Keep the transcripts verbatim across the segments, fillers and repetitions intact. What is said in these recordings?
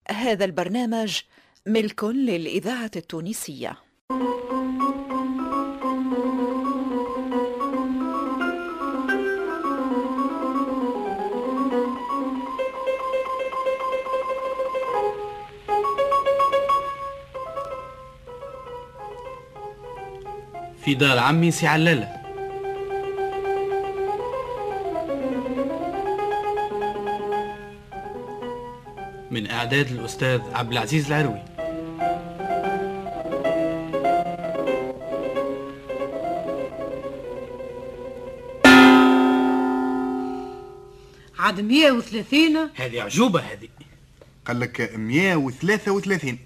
هذا البرنامج ملك للإذاعة التونسية. في دار عمي سي علالة. من إعداد الأستاذ عبد العزيز العروي. عاد مية وثلاثين. هذه عجوبة هذه. قال لك مية وثلاثة وثلاثين.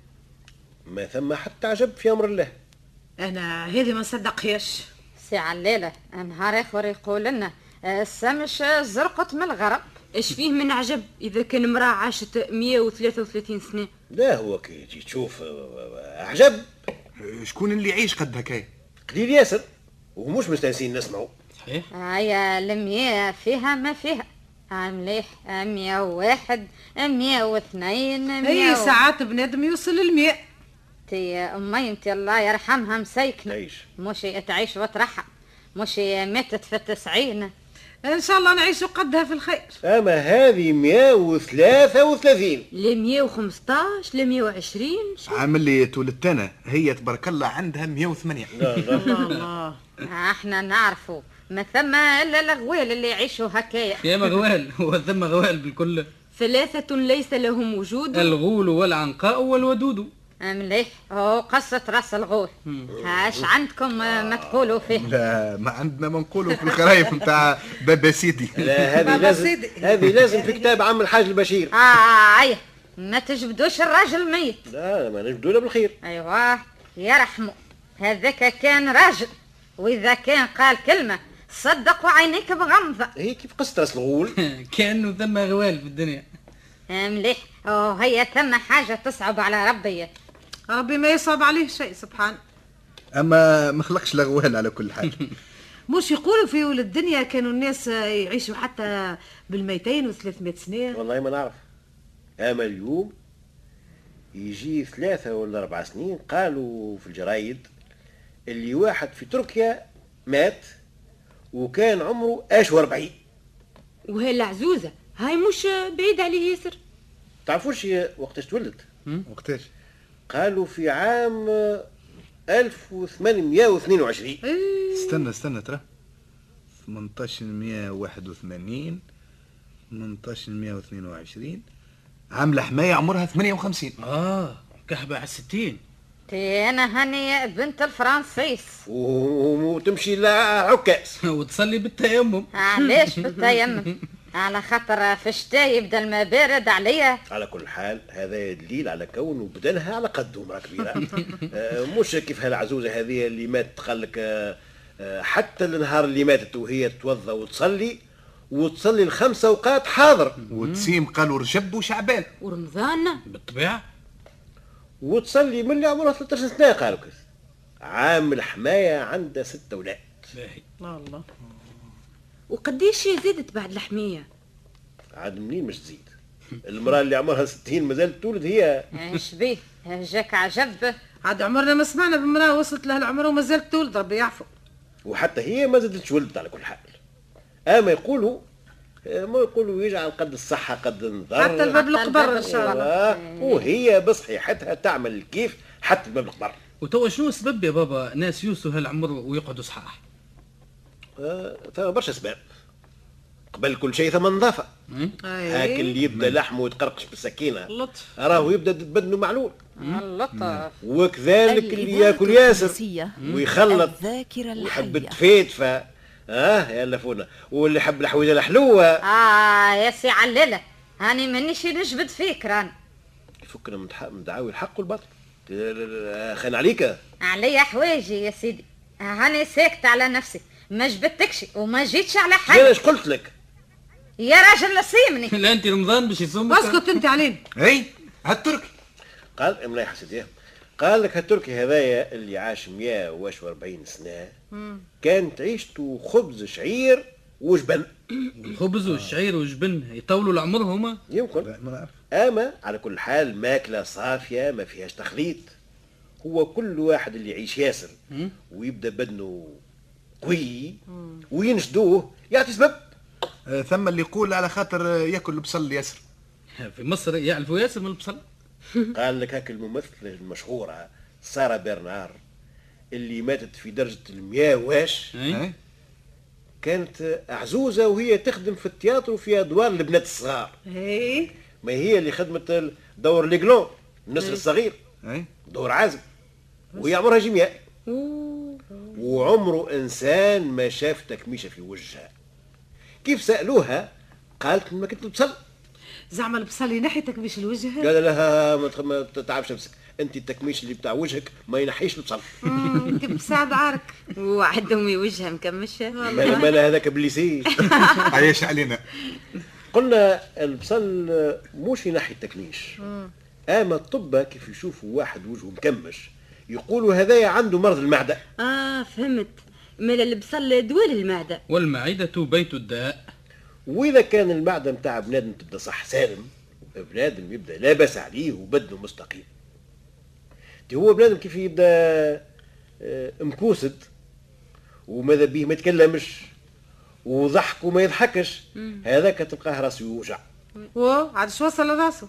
ما ثم حتى عجب في أمر الله. أنا هذه ما نصدقهاش. سي علالة نهار آخر يقول لنا السمش زرقت من الغرب. ايش فيه من عجب إذا كان امرأة عاشت مية وثلاثة وثلاثين سنة؟ لا هو كي تجي تشوف عجب. شكون اللي يعيش قد هكايا؟ قليل ياسر ومش مستانسين نسمعوا. صحيح. هيا المية فيها ما فيها. مليح مية وواحد مية واثنين. أي ساعات بنادم يوصل المية. تي أمي انت الله يرحمها مسيكنة. تعيش. مش تعيش وترحم. مش ماتت في التسعين. إن شاء الله نعيش قدها في الخير. أما هذه مية وثلاثة وثلاثين. لا مية وخمسطاش لا مية وعشرين. عامل لي تولدت أنا هي تبارك الله عندها مية وثمانية. لا لا الله. احنا نعرفوا ما ثم إلا الغوال اللي يعيشوا هكايا. يا مغوال هو ثم غوال بالكل. ثلاثة ليس لهم وجود. الغول والعنقاء والودود. مليح هو قصة راس الغول. هاش عندكم ما تقولوا فيه؟ لا ما عندنا ما نقولوا في الخرايف نتاع بابا سيدي. لا هذه لازم هذه لازم في كتاب عم الحاج البشير. اه ايه ما تجبدوش الراجل ميت. لا ما نجبدوا له بالخير. ايوه يرحمه هذاك كان راجل واذا كان قال كلمة صدق وعينيك بغمضة. هي كيف قصة راس الغول. كأنه ثم غوال في الدنيا. مليح وهي ثم حاجة تصعب على ربي. ربي ما يصعب عليه شيء سبحان. أما ما خلقش لغوال على كل حال. مش يقولوا في ولد الدنيا كانوا الناس يعيشوا حتى بالميتين وثلاثمائة سنة. والله ما نعرف. أما اليوم يجي ثلاثة ولا أربع سنين قالوا في الجرايد اللي واحد في تركيا مات وكان عمره اش واربعين. وهي العزوزة هاي مش بعيد عليه ياسر. تعرفوش هي وقتاش تولد؟ وقتاش؟ قالوا في عام ألف وثمانمائة واثنين وعشرين. استنى استنى ترى ثمانية عشر مية وواحد وثمانين ثمانية عشر مية واثنين وعشرين عاملة حماية عمرها ثمانية وخمسين. اه كهبة على الستين. تي انا هاني بنت الفرنسيس وتمشي لعكاز وتصلي بالتيمم. علاش بالتيمم؟ على خاطر في الشتاء يبدا الماء بارد عليا. على كل حال هذا دليل على كونه بدنها على قد امرأة كبيرة. مش كيف هالعزوزة هذه اللي ماتت قالك حتى النهار اللي ماتت وهي تتوضا وتصلي وتصلي الخمس اوقات حاضر وتسيم قالوا رجب وشعبان ورمضان بالطبيعة. وتصلي من اللي عمرها ثلاثة عشر سنة قالوا كذا. عام الحماية عندها ستة أولاد. الله. وقديش زادت بعد الحمية؟ عاد منين مش تزيد؟ المرأة اللي عمرها ستين مازالت تولد هي. ايش بيه جاك عجب؟ عاد عمرنا ما سمعنا بمرأة وصلت لها العمر وما زالت تولد ربي يعفو. وحتى هي ما زالتش ولدت على كل حال. اما يقولوا ما يقولوا يجعل قد الصحة قد النظر حتى الباب القبر ان شاء الله. وهي بصحيحتها تعمل كيف حتى الباب القبر. وتوا شنو السبب يا بابا ناس يوصلوا هالعمر ويقعدوا صحاح؟ آه ثم برشا اسباب. قبل كل شيء ثم نظافة. هاك اللي يبدا لحمه يتقرقش بالسكينة اللطف راهو يبدا بدنه معلول. اللطف. وكذلك اللي ياكل ياسر ويخلط ويحب التفيتفة اه يا لفونا واللي يحب الحويجه الحلوه. اه يا سي علالة هاني مانيش نجبد فيك ران. يفكنا من دعاوي الحق والباطل. خان عليك عليا حوايجي يا سيدي. هاني ساكت على نفسي ما جبدتكش وما جيتش على حاجه. انا ايش قلت لك يا راجل لصيمني؟ لا انت رمضان باش يصومك. اسكت انت علينا. اي هالتركي قال مليح حسيتيه. قال لك هالتركي هذايا اللي عاش مية واربعين سنه كانت عيشته خبز شعير وجبن. الخبز والشعير والجبن يطولوا العمر هما؟ يمكن. لا ما نعرف. اما على كل حال ماكله صافيه ما فيهاش تخليط. هو كل واحد اللي يعيش ياسر ويبدا بدنه قوي وينشدوه يعطي سبب. آه، ثم اللي يقول على خاطر ياكل البصل ياسر. في مصر يعرفوا ياسر من البصل. قال لك هاك الممثلة المشهورة سارة برنار اللي ماتت في درجة المياه واش، أي؟ كانت عزوزة وهي تخدم في التياتر وفي أدوار البنات الصغار. ايه ما هي اللي خدمت دور ليجلون النسر الصغير، اي دور عازم، وهي عمرها جيمياء وعمره إنسان ما شاف تكميشة في وجهها. كيف سألوها قالت ما كنت بتصل. زعما البصل ينحيتك باش الوجه. قال لها ما تخ- ما تتعبش نفسك، انت التكميش اللي بتاع وجهك ما ينحيش البصل. انت بساعد عارك. وعندهم وجهها مكمشه. مالا مالا هذاك بليسي. عايش علينا. قلنا البصل مش ينحي التكميش، اما الطب كيف يشوفوا واحد وجهه مكمش يقولوا هذايا عنده مرض المعده. اه فهمت. مال البصل دول المعده. والمعدة بيت الداء. واذا كان المعده نتاع بنادم تبدا صح سالم، بنادم يبدا لا باس عليه وبدنه مستقيم. تي هو بنادم كيف يبدا آه، مكوسد وماذا بيه ما يتكلمش وضحك وما يضحكش، هذاك تلقاه راسه يوجع. و عاد شو وصل لراسه؟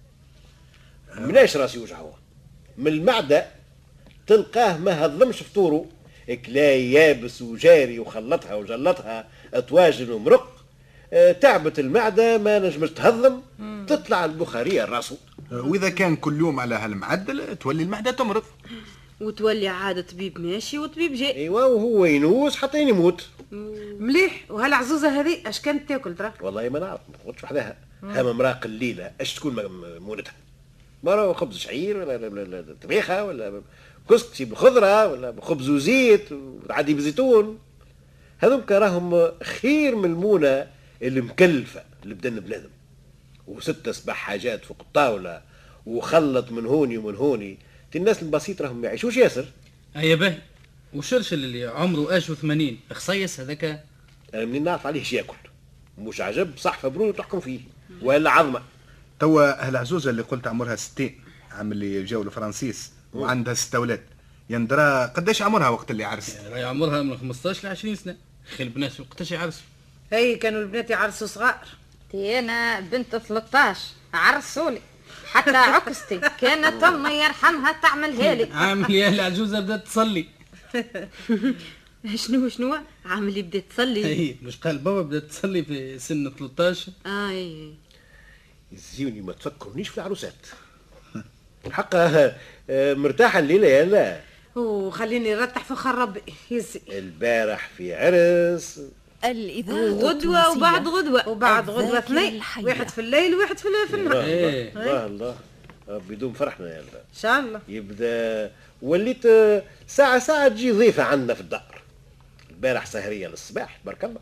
مناش راسه يوجع هو من المعده، تلقاه ما هضمش فطوره، كلا يابس وجاري وخلطها وجلطها اطواجن ومرق. آه، تعبت المعده ما نجمش تهضم، تطلع البخاريه لراسه. آه، واذا كان كل يوم على هالمعدل تولي المعده تمرض. وتولي عاد طبيب ماشي وطبيب جاي. ايوا وهو ينوس حتى يموت. مليح. وهالعزوزه هذه اش كانت تاكل ترى؟ والله ما نعرف، ما تقعدش وحدها. هما امراه قليله اش تكون م- مونتها؟ مرة خبز شعير ولا ولا- ولا طبيخه ولا كسكسي بالخضره ولا خبز وزيت وعادي بزيتون. هذوك راهم خير من المونه اللي مكلفه اللي بدنا بنادم وستة سبع حاجات فوق الطاوله وخلط من هوني ومن هوني. تي الناس البسيط راهم ما يعيشوش ياسر. أي باهي. وشرشل اللي عمره اش وثمانين خصيص هذاك. انا منين نعرف عليه ايش ياكل؟ مش عجب صح فبرون تحكم فيه ولا عظمه. توا هالعزوزه اللي قلت عمرها ستين عام اللي جاوا الفرنسيس وعندها ست اولاد، يندرى قداش عمرها وقت اللي عرس؟ راهي عمرها من خمسطاش ل عشرين سنة. خي البنات وقتاش يعرسوا؟ هي كانوا البنات يعرسوا صغار. تي انا بنت ثلاثة عشر عرسولي حتى عكستي كانت امي يرحمها تعملها لي. عامل يا العجوزة بدات تصلي. شنو شنو عامل يبدا تصلي. اي مش قال بابا بدات تصلي في سن ثلاثة عشر. اه اي يزيوني ما تفكرنيش في العروسات. حقا آه، مرتاحة الليلة يا لا. وخليني نرتح في خرب يزي. البارح في عرس. الإذاعة غدوة التونسية. وبعد غدوة. وبعد غدوة الذاكرة اثنين، الحية. واحد في الليل وواحد في في النهار. إيه. الله الله الله ربي يدوم فرحنا يا لا. ان شاء الله. يبدا وليت آه، ساعة ساعة تجي ضيفة عندنا في الدار. البارح سهرية للصباح تبارك الله.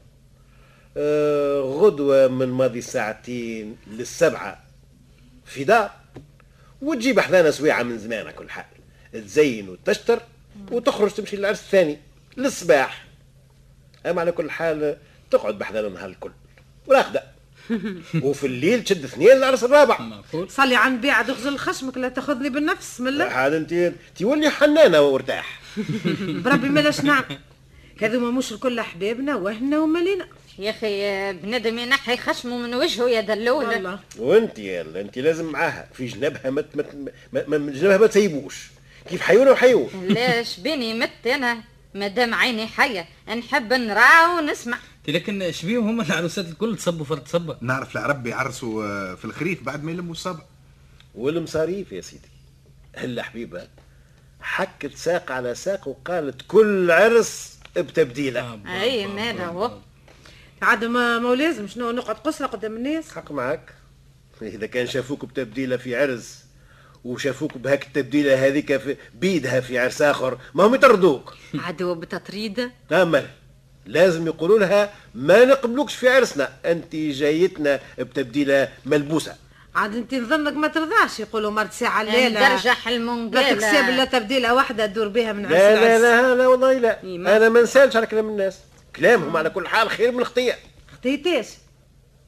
آه، غدوة من ماضي ساعتين للسبعة في دار، وتجيب حذانا سويعة من زمان كل حال، تزين وتشتر وتخرج تمشي للعرس الثاني للصباح. أما على كل حال تقعد بحذانا النهار الكل وراقدة. وفي الليل تشد اثنين للعرس الرابع. معقول. صلي عن بيع تغزل خشمك لا تاخذني بالنفس من الله. عاد انت تولي حنانة وارتاح. بربي مالاش نعم. هذوما مش الكل احبابنا وهنا ومالينا. يا اخي بندم ينحي خشمه من وجهه يا دلول. والله. وانت يلا انت لازم معاها في جنبها ما ما ما, ما, ما جنبها ما تسيبوش. كيف حيونا وحيون. ليش بيني مت انا مادام عيني حيه نحب نرى ونسمع. لكن شبيهم هم العروسات الكل تصبوا فرد صبة. نعرف العرب يعرسوا آه، في الخريف بعد ما يلموا الصبع. والمصاريف يا سيدي هلا حبيبه حكت ساق على ساق وقالت كل عرس بتبديله. اي ماذا هو. عاد ما ما لازم شنو نقعد قصره قدام الناس. حق معك. اذا كان شافوك بتبديله في عرس وشافوك بهاك التبديله هذيك في بيدها في عرس اخر ما هم يطردوك. عدوة بتطريدة. امل لازم يقولوا لها ما نقبلوكش في عرسنا، انت جايتنا بتبديله ملبوسه. عاد انت نظنك ما ترضاش يقولوا مرت ساعه الليله درجح لا المنقاله. تكسب لا تبديله واحده تدور بها من عرس لا لا العرس. لا لا والله لا، إيه ما- انا ما نسالش على كلام الناس، كلامهم على كل حال خير من الخطيه. خطيتاش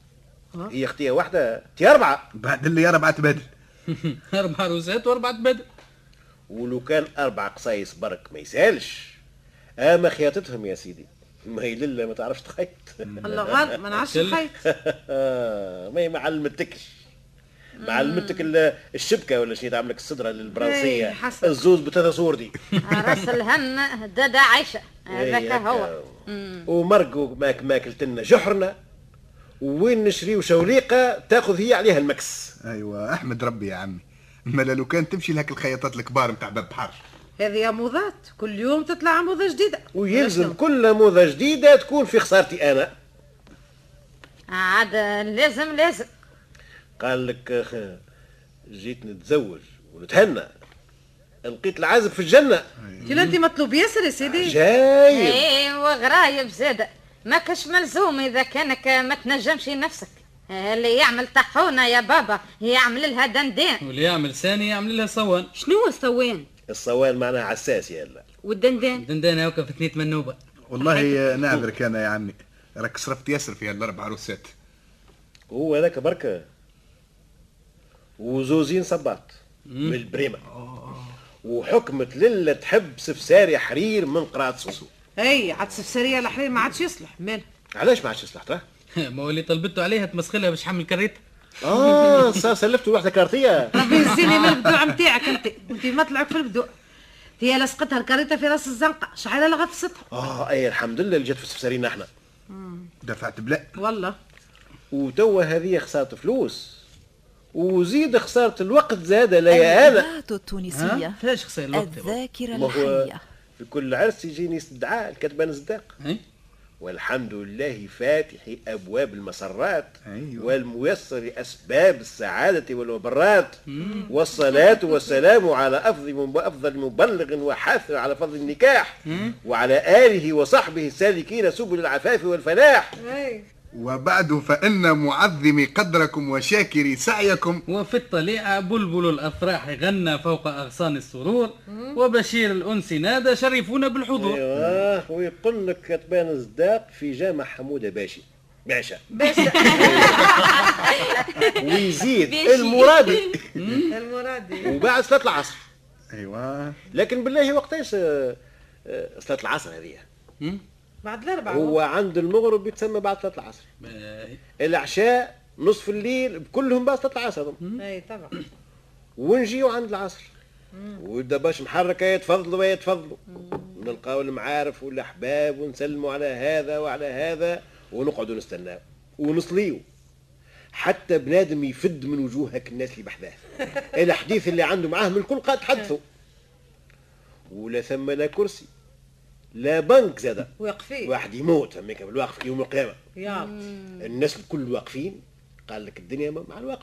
هي اختية واحدة تي أربعة. بعد اللي أربعة تبادل. أربع عروسات وأربعة بدل. ولو كان أربع قصايص برك ما يسالش، أما خياطتهم يا سيدي ما هي لله ما تعرفش تخيط. الله غالب ما نعرفش نخيط. ما هي ما علمتكش، ما علمتك ال- الشبكة ولا شيء تعملك الصدرة البرانسية إيه، حسن. الزوز بثلاثة صور دي. راس الهم دادا عيشة هذاك إيه، هو. هكا. ومرقوا ماك ماكلت لنا جحرنا، وين نشريو شوليقة تاخذ هي عليها المكس. أيوة أحمد ربي يا عمي، مالا لو كان تمشي لهك الخياطات الكبار متاع باب بحر. هذه موضات كل يوم تطلع موضة جديدة. ويلزم كل موضة جديدة تكون في خسارتي أنا. عاد لازم لازم. قال لك آه، جيت نتزوج ونتهنى، لقيت العازب في الجنة. كلا انت مطلوب ياسر يا سيدي. جايب. ايه وغرايب زادة، ما كش ملزوم اذا كانك ما تنجمش نفسك. اللي يعمل طحونة يا بابا يعمل لها دندان، واللي يعمل ثاني يعمل لها صوان. شنو الصوان الصوان معناها عساس يا الله. والدندان؟ دندانة هكا في ثنية منوبة. والله نعذرك أنا يا عمي، راك صرفت ياسر في هالأربع عروسات. هو هذاك بركة وزوزين صباط من البريمة، وحكمت لله تحب سفساري حرير من قراءة صوصو. اي عاد سفسارية الحرير ما عادش يصلح مال. علاش ما عادش يصلح تراه؟ ما هو اللي طلبته عليها تمسخلها باش حمل كريت. اه صار سلفته واحدة كارتية. ربي يزيني من البدوع نتاعك انت، انت مطلعك في البدوع. هي لصقتها الكريته في راس الزنقه، شحال لها غفصتها. اه اي الحمد لله اللي جات في سفسارينا احنا. دفعت بلا. والله. وتوا هذه خسارة فلوس، وزيد خسارة الوقت زاد لا يا انا. الإذاعة التونسية فاش خسر الوقت؟ الذاكرة ما هو الحية. في كل عرس يجيني استدعاء الكتبان الصداق، إيه؟ والحمد لله فاتح أبواب المسرات. أيوة. والميسر لأسباب السعادة والمبرات. والصلاة والسلام على أفضل أفضل مبلغ وحاثر على فضل النكاح، وعلى آله وصحبه السالكين سبل العفاف والفلاح. وبعد فإن معظمي قدركم وشاكري سعيكم. وفي الطليعة بلبل الأفراح غنى فوق أغصان السرور، وبشير الأنس نادى شرفونا بالحضور. ايوه ويقول لك كتبان الصداق في جامع حمودة باشي باشا باشا. ويزيد المرادي المرادي. وبعد صلاة العصر. أيوة. لكن بالله وقتاش آه، آه، صلاة العصر هذه؟ بعد الأربعة. هو عند المغرب يتسمى بعد صلاة العصر. باهي. العشاء نصف الليل كلهم بعد صلاة العصر. اي طبعا. ونجيو عند العصر ويبدا باش محركه يتفضلوا ويتفضلوا، نلقاو المعارف والاحباب ونسلموا على هذا وعلى هذا ونقعدوا نستناو ونصليو حتى بنادم يفد من وجوهك الناس اللي بحذاه. الحديث اللي عنده معاهم الكل قاعد تحدثوا، ولا ثم لا كرسي لا بنك زاد واقفين. واحد يموت هميك بالواقف يوم القيامه. يا الناس الكل واقفين، قال لك الدنيا مع الوقف.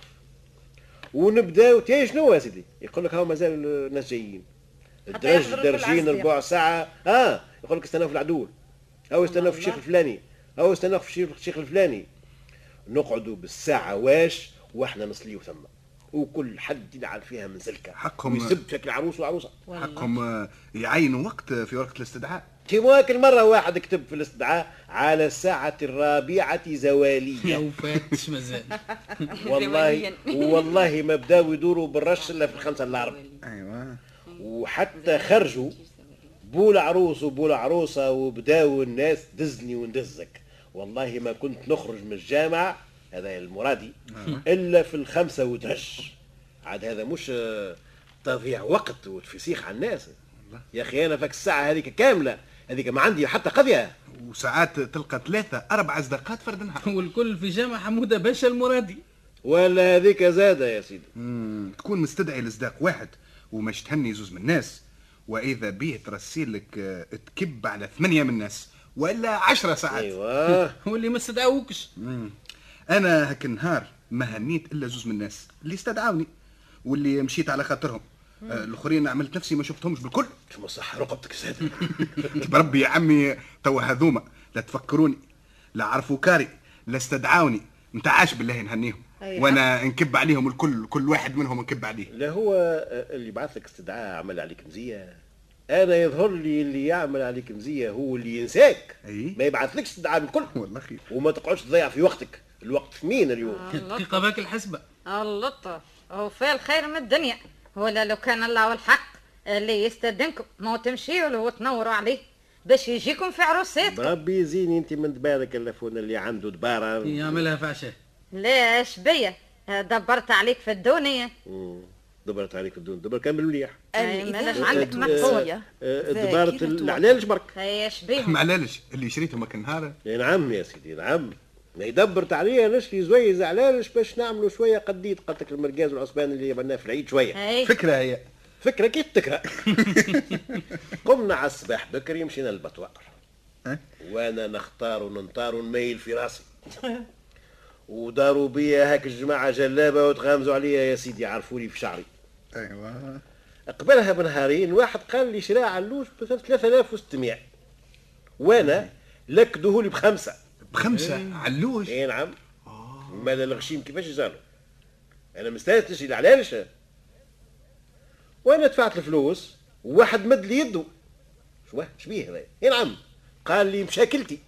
ونبداو تي شنو يا سيدي؟ يقول لك هاو مازال الناس جايين الدرج درجين ربع ساعه. اه يقول لك استناو في العدول، او استناو في الشيخ الفلاني، او استناو في الشيخ الفلاني. نقعدوا بالساعه واش واحنا نصليو ثم، وكل حد يلعب فيها من سلكه حقهم ويسب شكل عروس وعروسه. حقهم آه، يعينوا وقت في ورقة الاستدعاء. تيمواك المره واحد كتب في الاستدعاء على الساعه الرابعه زواليه. وفاتش مازال. والله والله ما بداو يدوروا بالرش الا في الخمسه الا ربع. أيوة. وحتى خرجوا بول عروس وبول عروسه وبداو الناس دزني وندزك. والله ما كنت نخرج من الجامعه هذا المرادي الا في الخمسه ودرج. عاد هذا مش آه، تضييع وقت وتفسيخ على الناس يا اخي. انا فك الساعه هذيك كامله هذيك ما عندي حتى قضيه. وساعات تلقى ثلاثة أربع أصدقاء فرد نهار. والكل في جامع حمودة باشا المرادي. ولا هذيك زاده يا سيدي. مم، تكون مستدعي لصداق واحد ومش تهني زوز من الناس، وإذا بيه ترسيل لك آه، تكب على ثمانية من الناس ولا عشرة ساعات. ايوه هو اللي ما استدعوكش. مم. أنا هك النهار ما هنيت إلا زوز من الناس اللي استدعوني واللي مشيت على خاطرهم. آه، الآخرين عملت نفسي ما شفتهمش بالكل. شو صح رقبتك زاده. بربي يا عمي توا هذوما لا تفكروني لا عرفوا كاري لا استدعوني متعاش بالله نهنيهم. أيوة. وانا نكب عليهم الكل، كل واحد منهم نكب عليه. لا هو اللي بعث لك استدعاء عمل عليك مزيه. انا يظهر لي اللي يعمل عليك مزيه هو اللي ينساك. أي. ما يبعث لكش استدعاء بالكل. والله خير. وما تقعدش تضيع في وقتك الوقت ثمين اليوم. دقيقة باك الحسبة. اللطف هو في الخير من الدنيا، ولا لو كان الله والحق اللي يستدنكم ما تمشيوا له وتنوروا عليه باش يجيكم في عروساتكم. ربي يزيني انت من دبارك اللفون اللي عنده دبارة يعملها في عشاه. ليش بيا دبرت عليك في الدنيا. مم. دبرت عليك في الدنيا، دبر كان بالمليح. مالاش عندك عندك مقصود. دبرت العلالش برك. ايش بيهم؟ معلالش اللي شريتهم هاك النهار. نعم يا سيدي نعم. دبرت عليا نشري زويز علالش باش نعملوا شويه قديت قلتك المرقاز والعصبان اللي عملناه في العيد شويه. أي. فكره هي. فكره كيف تكره. قمنا على الصباح بكري مشينا للبطوار. وانا نختار وننطار ونميل في راسي. وداروا بيا هاك الجماعه جلابه وتغامزوا عليا يا سيدي عرفوني في شعري. ايوه. قبلها بنهارين واحد قال لي شراء علوش ب ثلاثة آلاف وستمائة وانا لكدهولي بخمسه. بخمسه علوش. اي نعم. ماذا الغشيم كيفاش جالو؟ انا مستانس نشري العلالش. وانا دفعت الفلوس وواحد مد لي يده. شو شبيه هذا؟ اي نعم. قال لي مشاكلتي.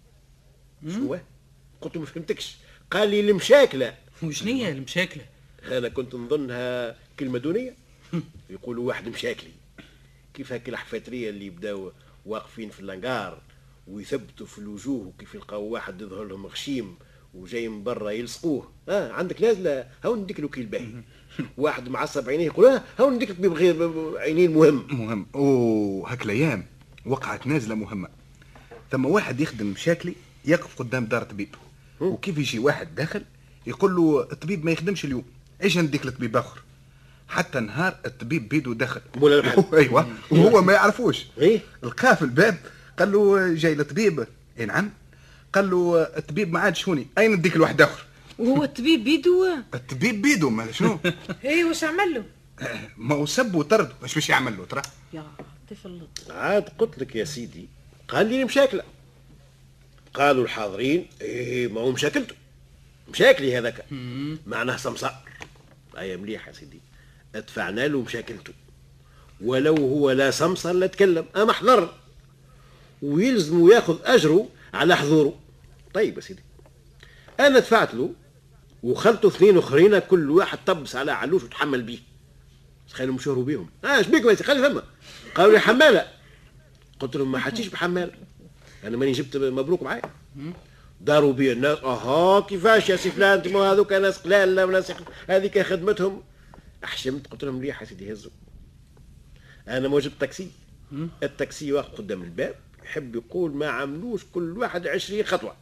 شو؟ قلت له ما فهمتكش. قال لي المشاكله. وشنية المشاكلة؟ انا كنت نظنها كلمه دونيه. يقولوا واحد مشاكلي كيف هاك الحفاتريه اللي يبداو واقفين في اللانقار ويثبتوا في الوجوه وكيف يلقاو واحد يظهر لهم غشيم وجاي من برا يلصقوه. اه عندك نازله هاو نديك له كيل باهي. واحد معصب عينيه يقول اه هاو نديك لك بغير عينين مهم. مهم. اوه هاك الايام وقعت نازله مهمه. ثم واحد يخدم مشاكلي يقف قدام دار طبيب وكيف يجي واحد داخل يقول له الطبيب ما يخدمش اليوم ايش نديك لطبيب اخر. حتى نهار الطبيب بيدو دخل. ايوه وهو ما يعرفوش. ايه لقاه في الباب قال له جاي الطبيب. اي نعم. قال له الطبيب ما عادش هوني اين نديك لواحد اخر. وهو الطبيب بيدو؟ الطبيب بيدو ما شنو. اي واش عمل له؟ ما هو سب وطرد واش باش يعمل له ترى. يا طفل لطف. عاد قلت لك يا سيدي قال لي مشاكله. قالوا الحاضرين ايه ما هو مشاكلته مشاكلي هذاك معناه سمسار. اي مليح يا سيدي ادفعنا له مشاكلته ولو هو لا سمسر لا تكلم اما حضر ويلزم ياخذ اجره على حضوره. طيب يا سيدي انا دفعت له وخلطوا اثنين اخرين كل واحد طبس على علوش وتحمل بيه. خليهم مشهروا بيهم. اه ايش بيكم يا سيدي خلي ثم. قالوا لي حماله. قلت لهم ما حتجيش بحماله انا ماني جبت مبروك معايا. داروا بي الناس اها كيفاش يا سي فلان انتم هذوك ناس قلال لا ناس هذيك خدمتهم. احشمت قلت لهم مليح يا سيدي هزوا. انا ما جبت تاكسي. التاكسي واقف قدام الباب يحب يقول ما عملوش كل واحد عشرين خطوه.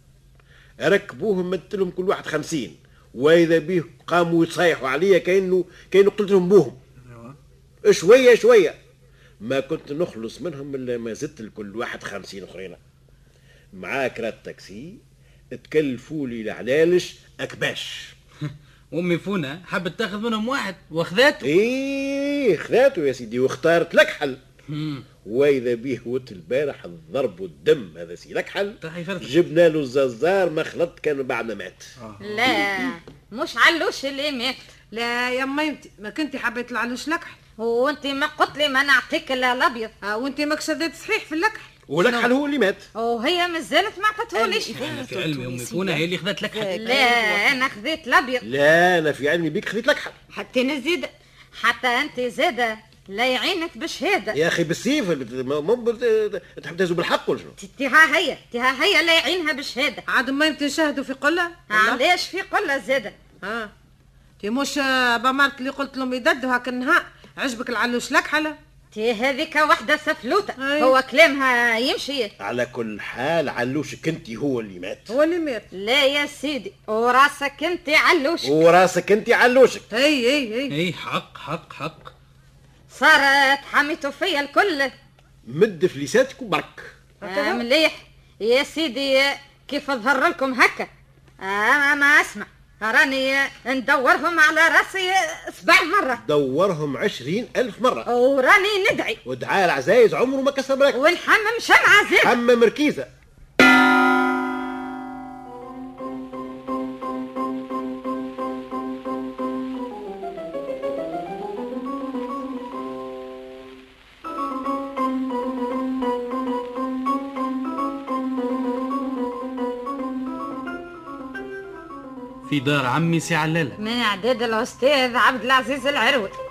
ركبوهم مدت لهم كل واحد خمسين واذا بيه قاموا يصيحوا عليا كانه كانه قلت لهم بوهم. شويه شويه ما كنت نخلص منهم الا ما زدت لكل واحد خمسين اخرين. معاه كرات تاكسي تكلفوا لي العلالش اكباش. امي فونا حبت تاخذ منهم واحد واخذاته. ايه خذاته يا سيدي واختارت لك حل. واذا بيه وت البارح الضرب والدم هذا سي لك حل. جبنا له الززار ما خلط كان بعد ما مات. لا مش علوش اللي مات. لا يا ميمتي ما كنتي حبيت العلوش لكحل. وانت ما قلت لي ما نعطيك الا الابيض. اه وانت ما كشدت صحيح في اللكحل. ولكحل هو اللي مات. وهي مازالت ما عطتهوليش. انا في علمي امي فونا هي اللي خذت لكحل. لا انا خذيت الابيض. لا انا في علمي بيك خذيت لكحل. حتى نزيد حتى انت زاده لا يعينك بشهاده. يا اخي بالسيف مو تحب تهزوا بالحق ولا شنو؟ تها هي تها هي لا يعينها بشهاده. عاد ما يمتشاهدوا في قله؟ علاش في قله زاده؟ اه تي مش بمارت اللي قلت لهم يددوا هاك النهار عجبك العلوش لكحله؟ تي هذيك وحده سفلوته. أي. هو كلامها يمشي. على كل حال علوشك انت هو اللي مات. هو اللي مات. لا يا سيدي وراسك انت علوشك. وراسك انت علوشك. اي اي اي اي حق حق حق. صارت حميتوا فيا الكل. مد فليساتكم برك. آه مليح يا سيدي كيف اظهر لكم هكا. آه ما اسمع راني ندورهم على راسي سبع مرة. دورهم عشرين ألف مرة. وراني ندعي. ودعاء العزايز عمره ما كسر براك. ونحمم شمعة زين. حمم ركيزة. في دار عمي سي علالة من اعداد الاستاذ عبد العزيز العروي.